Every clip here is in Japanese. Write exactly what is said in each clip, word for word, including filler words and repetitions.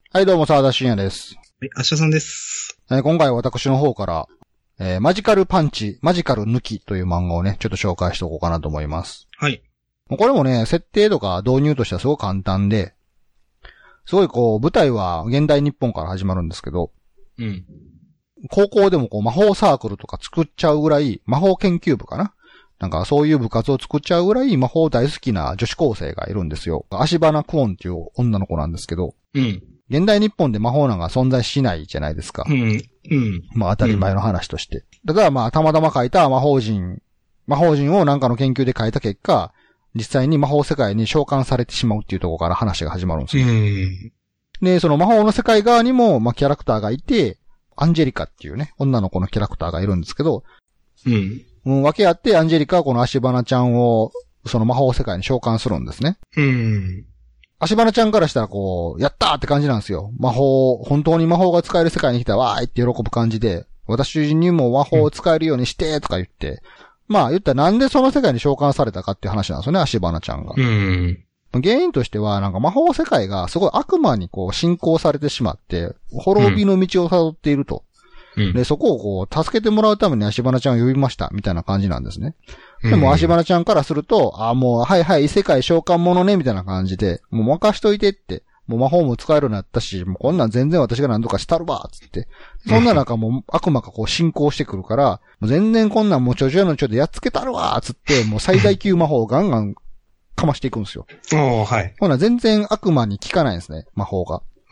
はい、どうも、沢田信也です。 はい、明日さんです。 えー、今回は私の方から、えー、マジカルパンチ、マジカル抜きという漫画をね、ちょっと紹介しておこうかなと思います。 はい。 これもね、設定とか導入としてはすごく簡単で、すごいこう、舞台は現代日本から始まるんですけど、 うん。 高校でもこう、魔法サークルとか作っちゃうぐらい、魔法研究部かな？なんかそういう部活を作っちゃうぐらい魔法大好きな女子高生がいるんですよ。足花クオンっていう女の子なんですけど、 うん。 現代日本で魔法なんか存在しないじゃないですか。 うん。うん。 まあ当たり前の話として。だからまあたまたま書いた魔法陣、魔法陣をなんかの研究で書いた結果、実際に魔法世界に召喚されてしまうっていうところから話が始まるんですよ。うん。で、その魔法の世界側にもまあキャラクターがいて、アンジェリカっていうね、女の子のキャラクターがいるんですけど、 うん。 うん、分け合ってアンジェリカはこの足花ちゃんをその魔法世界に召喚するんですね。 うん。 足花ちゃんからしたらこう、やったーって感じなんですよ。魔法、本当に魔法が使える世界に来たらわーいって喜ぶ感じで、私にも魔法を使えるようにしてとか言って、うん、まあ言ったらなんでその世界に召喚されたかっていう話なんですよね、足花ちゃんが。 うん。 原因としては、なんか魔法世界がすごい悪魔にこう侵攻されてしまって、滅びの道を辿っていると。うん、で、そこをこう、助けてもらうために足花ちゃんを呼びました、みたいな感じなんですね。でも、足花ちゃんからすると、あ、もう、はいはい、異世界召喚者ね、みたいな感じで、もう任しといてって、もう魔法も使えるようになったし、もうこんなん全然私が何とかしたるわ、つって。そんな中もう悪魔がこう進行してくるから、もう全然こんなんもうちょちょのちょでやっつけたるわ、つって、もう最大級魔法をガンガンかましていくんですよ。 おー、はい。 ほな、全然悪魔に効かないんですね、魔法が。 うん、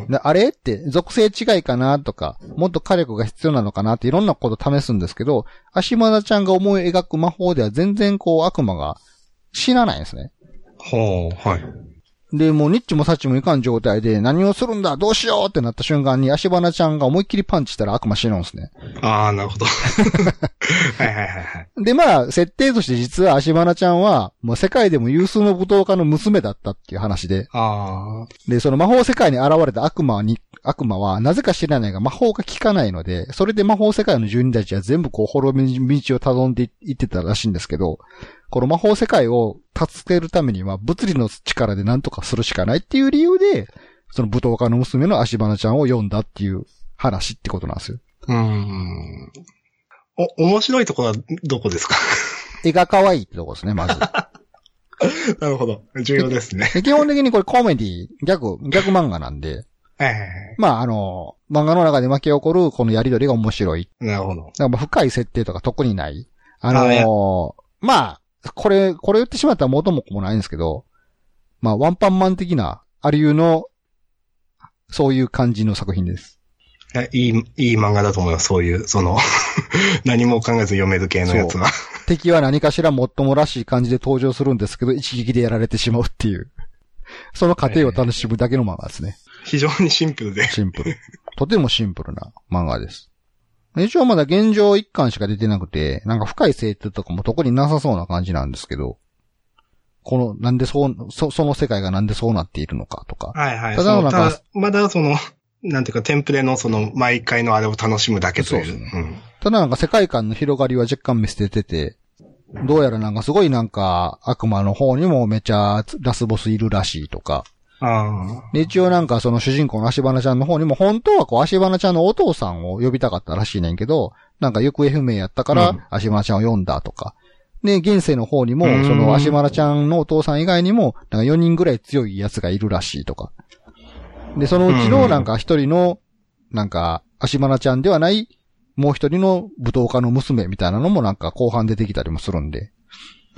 であれって属性違いかなとか、もっと火力が必要なのかなっていろんなこと試すんですけど、足花ちゃんが思い描く魔法では全然こう悪魔が死なないんですね。 ほう、はい。 で、もうニッチもサッチもいかん状態で何をするんだどうしようってなった瞬間に足花ちゃんが思いっきりパンチしたら悪魔死ぬんですね。 ああ、なるほど。はいはいはいはい。 で、まあ、設定として実は足花ちゃんは、もう世界でも有数の武闘家の娘だったっていう話で。 ああ。 で、その魔法世界に現れた悪魔に、悪魔はなぜか知らないが魔法が効かないので、それで魔法世界の住人たちは全部こう滅び道を辿んでいってたらしいんですけど、この魔法世界を助けるためには物理の力で何とかするしかないっていう理由で、その武闘家の娘の足花ちゃんを読んだっていう話ってことなんですよ。 うーん。お、面白いところはどこですか？ 絵が可愛いってとこですね、まず。 なるほど。重要ですね。 基本的にこれコメディ、逆、逆漫画なんで、 はいはいはい、 まああの、漫画の中で巻き起こるこのやりとりが面白い。 なるほど。だから深い設定とか特にない。あのー、まあ、これ、これ言ってしまったら元も子もないんですけど、まあワンパンマン的な、ありゆの、そういう感じの作品です。 いい、いい漫画だと思います。そういう、その、何も考えず読める系のやつは。 敵は何かしらもっともらしい感じで登場するんですけど、一撃でやられてしまうっていう。その過程を楽しむだけの漫画ですね。 非常にシンプルで。 シンプル。とてもシンプルな漫画です。一応まだ現状一巻しか出てなくて、なんか深い設定とかも特になさそうな感じなんですけど、この、なんでそう、そ、その世界がなんでそうなっているのかとか。 はいはい。ただなんか、まだその、なんていうか、テンプレのその、毎回のあれを楽しむだけという。そうですね。うん、 ただなんか世界観の広がりは若干見捨ててて、どうやらなんかすごいなんか、悪魔の方にもめちゃラスボスいるらしいとか。 あで、一応なんかその主人公の足花ちゃんの方にも、本当はこう足花ちゃんのお父さんを呼びたかったらしいねんけど、なんか行方不明やったから、足花ちゃんを呼んだとか。うん、で、現世の方にも、その足花ちゃんのお父さん以外にも、なんかよにんぐらい強い奴がいるらしいとか。で、そのうちのなんか一人の、なんか、足花ちゃんではない、もう一人の武闘家の娘みたいなのもなんか後半出てきたりもするんで。 うん。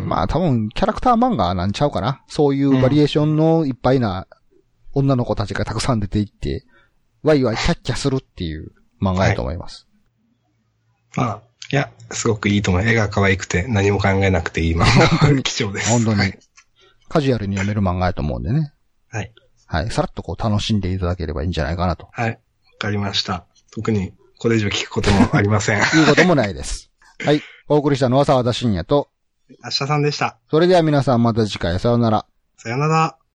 まあ多分キャラクター漫画なんちゃうかな。そういうバリエーションのいっぱいな女の子たちがたくさん出ていって、ワイワイキャッキャするっていう漫画だと思います。 はい、まあ、いや、すごくいいと思う。絵が可愛くて何も考えなくていい漫画。貴重です。 本当に、はい。カジュアルに読める漫画だと思うんでね。 はい。 はい。さらっとこう楽しんでいただければいいんじゃないかなと。 はい。わかりました。特にこれ以上聞くこともありません。 言うこともないです。はい。お送りしたのは沢田信也と、 明日さんでした。 それでは皆さんまた次回さよなら。 さよなら。